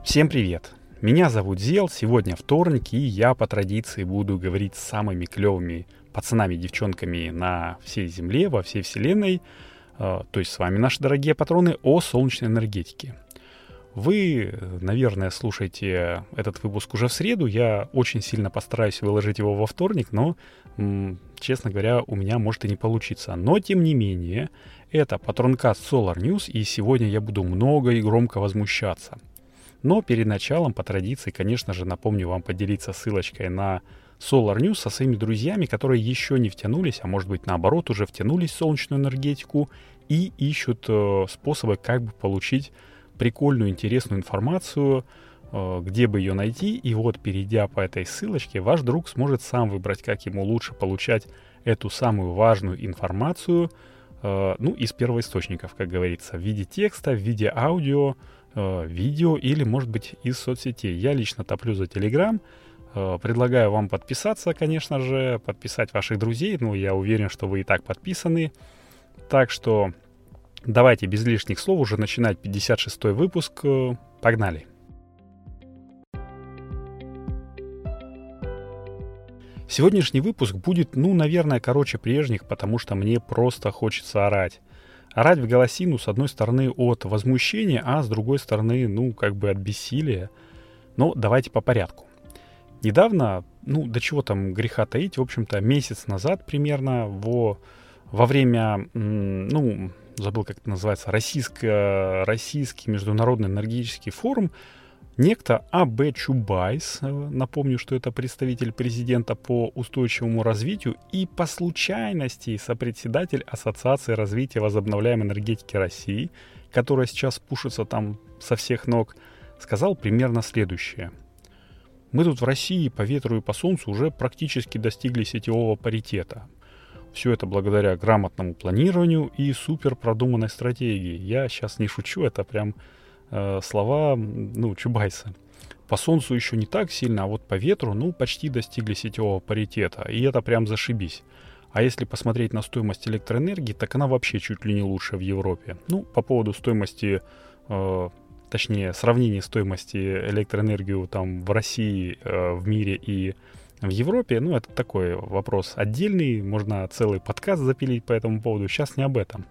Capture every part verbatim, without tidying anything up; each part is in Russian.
Всем привет! Меня зовут Зел, сегодня вторник, и я по традиции буду говорить с самыми клевыми пацанами и девчонками на всей Земле, во всей Вселенной, э, то есть с вами, наши дорогие патроны, о солнечной энергетике. Вы, наверное, слушаете этот выпуск уже в среду, я очень сильно постараюсь выложить его во вторник, но, м, честно говоря, у меня может и не получиться. Но, тем не менее, это Патронкаст Solar News, и сегодня я буду много и громко возмущаться. Но перед началом, по традиции, конечно же, напомню вам поделиться ссылочкой на Solar News со своими друзьями, которые еще не втянулись, а может быть наоборот уже втянулись в солнечную энергетику и ищут э, способы, как бы получить прикольную, интересную информацию, э, где бы ее найти. И вот, перейдя по этой ссылочке, ваш друг сможет сам выбрать, как ему лучше получать эту самую важную информацию, э, ну, из первоисточников, как говорится, в виде текста, в виде аудио, видео или, может быть, из соцсетей. Я лично топлю за Telegram. Предлагаю вам подписаться, конечно же, подписать ваших друзей. Ну, я уверен, что вы и так подписаны. Так что давайте без лишних слов уже начинать пятьдесят шестой выпуск. Погнали! Сегодняшний выпуск будет, ну, наверное, короче прежних, потому что мне просто хочется орать. Орать в голосину, с одной стороны, от возмущения, а с другой стороны, ну, как бы от бессилия. Но давайте по порядку. Недавно, ну, до чего там греха таить, в общем-то, месяц назад примерно во, во время, ну, забыл, как это называется, российско, российский международный энергетический форум, некто А Б Чубайс, напомню, что это представитель президента по устойчивому развитию и по случайности сопредседатель Ассоциации развития возобновляемой энергетики России, которая сейчас пушится там со всех ног, сказал примерно следующее. Мы тут в России по ветру и по солнцу уже практически достигли сетевого паритета. Все это благодаря грамотному планированию и супер продуманной стратегии. Я сейчас не шучу, это прям слова, ну, Чубайса. По солнцу еще не так сильно, а вот по ветру, ну, почти достигли сетевого паритета. И это прям зашибись. А если посмотреть на стоимость электроэнергии, так она вообще чуть ли не лучшая в Европе. Ну, по поводу стоимости, э, точнее, сравнения стоимости электроэнергии там в России, э, в мире и в Европе, ну, это такой вопрос отдельный. Можно целый подкаст запилить по этому поводу. Сейчас не об этом.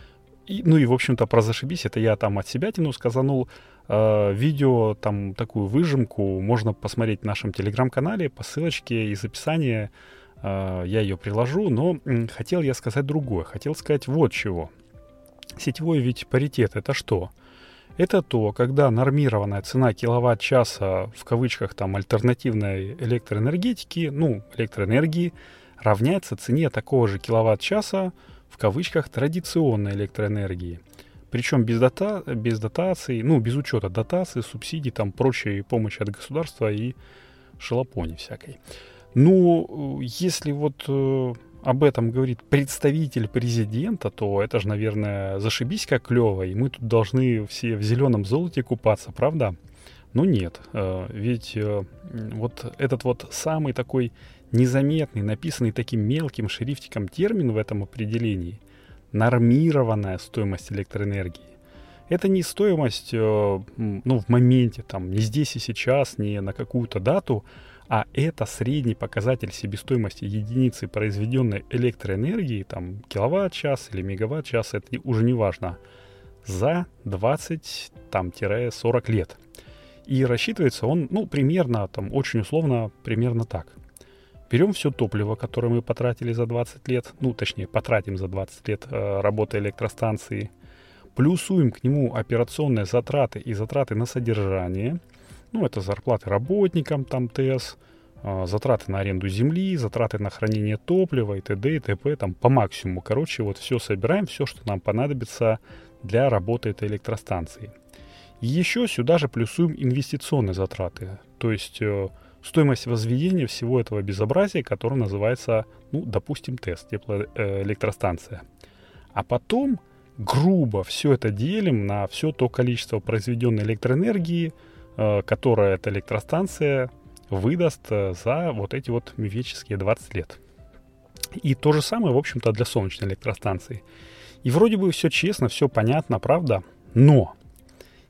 И, ну и, в общем-то, про зашибись, это я там от себя тяну, сказанул. Э, видео, там, такую выжимку можно посмотреть в нашем телеграм-канале по ссылочке из описания. Э, я ее приложу, но м, хотел я сказать другое. Хотел сказать вот чего. Сетевой ведь паритет — это что? Это то, когда нормированная цена киловатт-часа, в кавычках, там, альтернативной электроэнергетики, ну, электроэнергии, равняется цене такого же киловатт-часа, в кавычках, традиционной электроэнергии. Причем без, дота, без дотаций, ну, без учета дотаций, субсидий, там, прочей помощи от государства и шелопони всякой. Ну, если вот э, об этом говорит представитель президента, то это же, наверное, зашибись как клево, и мы тут должны все в зеленом золоте купаться, правда? Ну, нет, э, ведь э, вот этот вот самый такой незаметный, написанный таким мелким шрифтиком термин в этом определении — нормированная стоимость электроэнергии. Это не стоимость, э, ну, в моменте, там, не здесь и сейчас, не на какую-то дату, а это средний показатель себестоимости единицы произведенной электроэнергии, там, киловатт-час или мегаватт-час, это уже не важно, за двадцать-сорок лет. И рассчитывается он, ну, примерно, там, очень условно, примерно так. Берем все топливо, которое мы потратили за двадцать лет, ну, точнее, потратим за двадцать лет э, работы электростанции, плюсуем к нему операционные затраты и затраты на содержание, ну, это зарплаты работникам, там, ТЭС, э, затраты на аренду земли, затраты на хранение топлива и т.д. и т.п., там, по максимуму. Короче, вот все собираем, все, что нам понадобится для работы этой электростанции. И еще сюда же плюсуем инвестиционные затраты, то есть э, стоимость возведения всего этого безобразия, которое называется, ну, допустим, ТЭС, теплоэлектростанция. А потом грубо все это делим на все то количество произведенной электроэнергии, э, которое эта электростанция выдаст э, за вот эти вот мифические двадцать лет. И то же самое, в общем-то, для солнечной электростанции. И вроде бы все честно, все понятно, правда? Но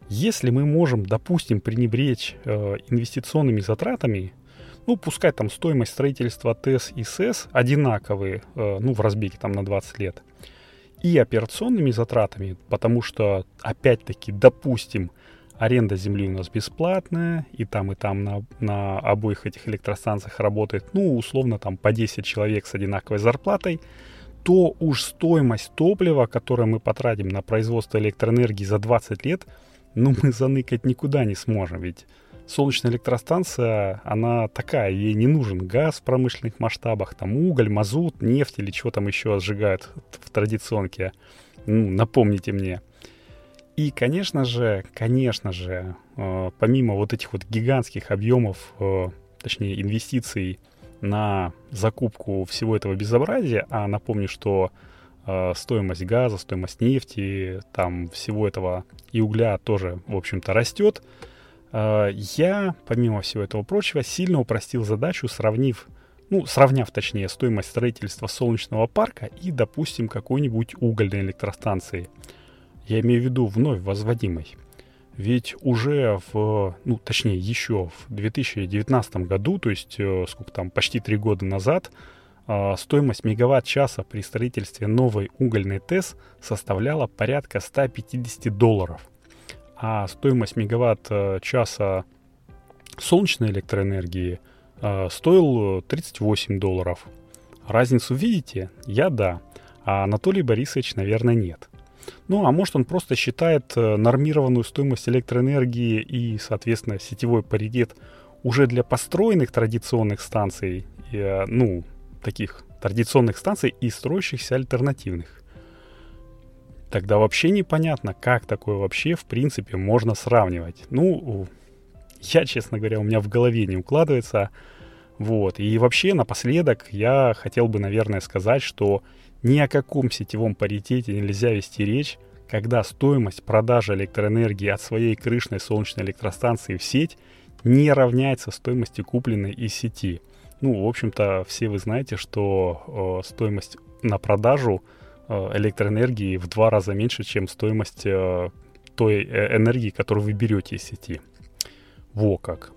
Если мы можем, допустим, пренебречь э, инвестиционными затратами, ну, пускай там стоимость строительства ТЭС и СЭС одинаковые, э, ну, в разбеге там на двадцать лет, и операционными затратами, потому что, опять-таки, допустим, аренда земли у нас бесплатная, и там, и там на, на обоих этих электростанциях работает, ну, условно, там по десять человек с одинаковой зарплатой, то уж стоимость топлива, которое мы потратим на производство электроэнергии за двадцать лет, ну, мы заныкать никуда не сможем, ведь солнечная электростанция, она такая, ей не нужен газ в промышленных масштабах, там уголь, мазут, нефть или что там еще сжигают в традиционке, ну, напомните мне. И, конечно же, конечно же, э, помимо вот этих вот гигантских объемов, э, точнее, инвестиций на закупку всего этого безобразия, а напомню, что э, стоимость газа, стоимость нефти, там всего этого и угля тоже, в общем-то, растет, э, я, помимо всего этого прочего, сильно упростил задачу, сравнив, ну, сравняв, точнее, стоимость строительства солнечного парка и, допустим, какой-нибудь угольной электростанции. Я имею в виду вновь возводимой. Ведь уже в, ну, точнее, еще в две тысячи девятнадцатом году, то есть, э, сколько там, почти три года назад, э, стоимость мегаватт-часа при строительстве новой угольной ТЭС составляла порядка сто пятьдесят долларов. А стоимость мегаватт-часа солнечной электроэнергии э, стоил тридцать восемь долларов. Разницу видите? Я да, а Анатолий Борисович, наверное, нет. Ну, а может, он просто считает нормированную стоимость электроэнергии и, соответственно, сетевой паритет уже для построенных традиционных станций, и, ну, таких традиционных станций и строящихся альтернативных. Тогда вообще непонятно, как такое вообще, в принципе, можно сравнивать. Ну, я, честно говоря, у меня в голове не укладывается. Вот. И вообще, напоследок, я хотел бы, наверное, сказать, что ни о каком сетевом паритете нельзя вести речь, когда стоимость продажи электроэнергии от своей крышной солнечной электростанции в сеть не равняется стоимости купленной из сети. Ну, в общем-то, все вы знаете, что э, стоимость на продажу э, электроэнергии в два раза меньше, чем стоимость э, той э, энергии, которую вы берете из сети. Во как.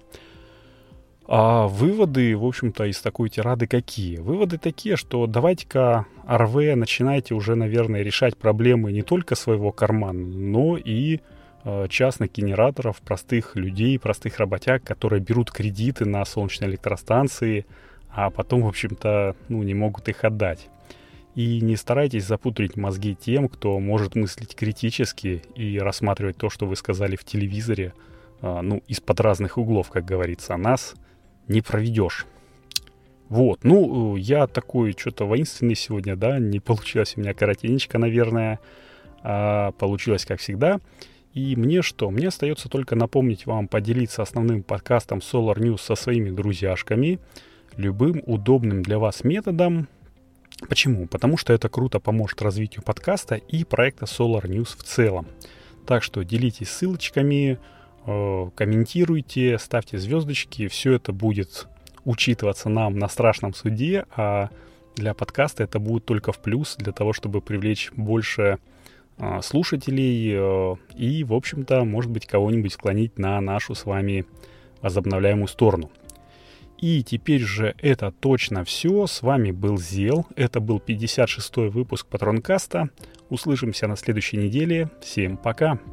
А выводы, в общем-то, из такой тирады какие? Выводы такие, что давайте-ка эр вэ начинайте уже, наверное, решать проблемы не только своего кармана, но и э, частных генераторов, простых людей, простых работяг, которые берут кредиты на солнечные электростанции, а потом, в общем-то, ну, не могут их отдать. И не старайтесь запудрить мозги тем, кто может мыслить критически и рассматривать то, что вы сказали в телевизоре, э, ну, из-под разных углов, как говорится, нас не проведешь. Вот, ну, я такой что-то воинственный сегодня, да, не получилось у меня коротенечко, наверное, а получилось как всегда. И мне что? Мне остается только напомнить вам поделиться основным подкастом Solar News со своими друзьяшками, любым удобным для вас методом. Почему? Потому что это круто поможет развитию подкаста и проекта Solar News в целом. Так что делитесь ссылочками, комментируйте, ставьте звездочки, все это будет учитываться нам на страшном суде, а для подкаста это будет только в плюс для того, чтобы привлечь больше э, слушателей э, и, в общем-то, может быть, кого-нибудь склонить на нашу с вами возобновляемую сторону. И теперь же это точно все. С вами был Зел. Это был пятьдесят шестой выпуск Патронкаста. Услышимся на следующей неделе. Всем пока!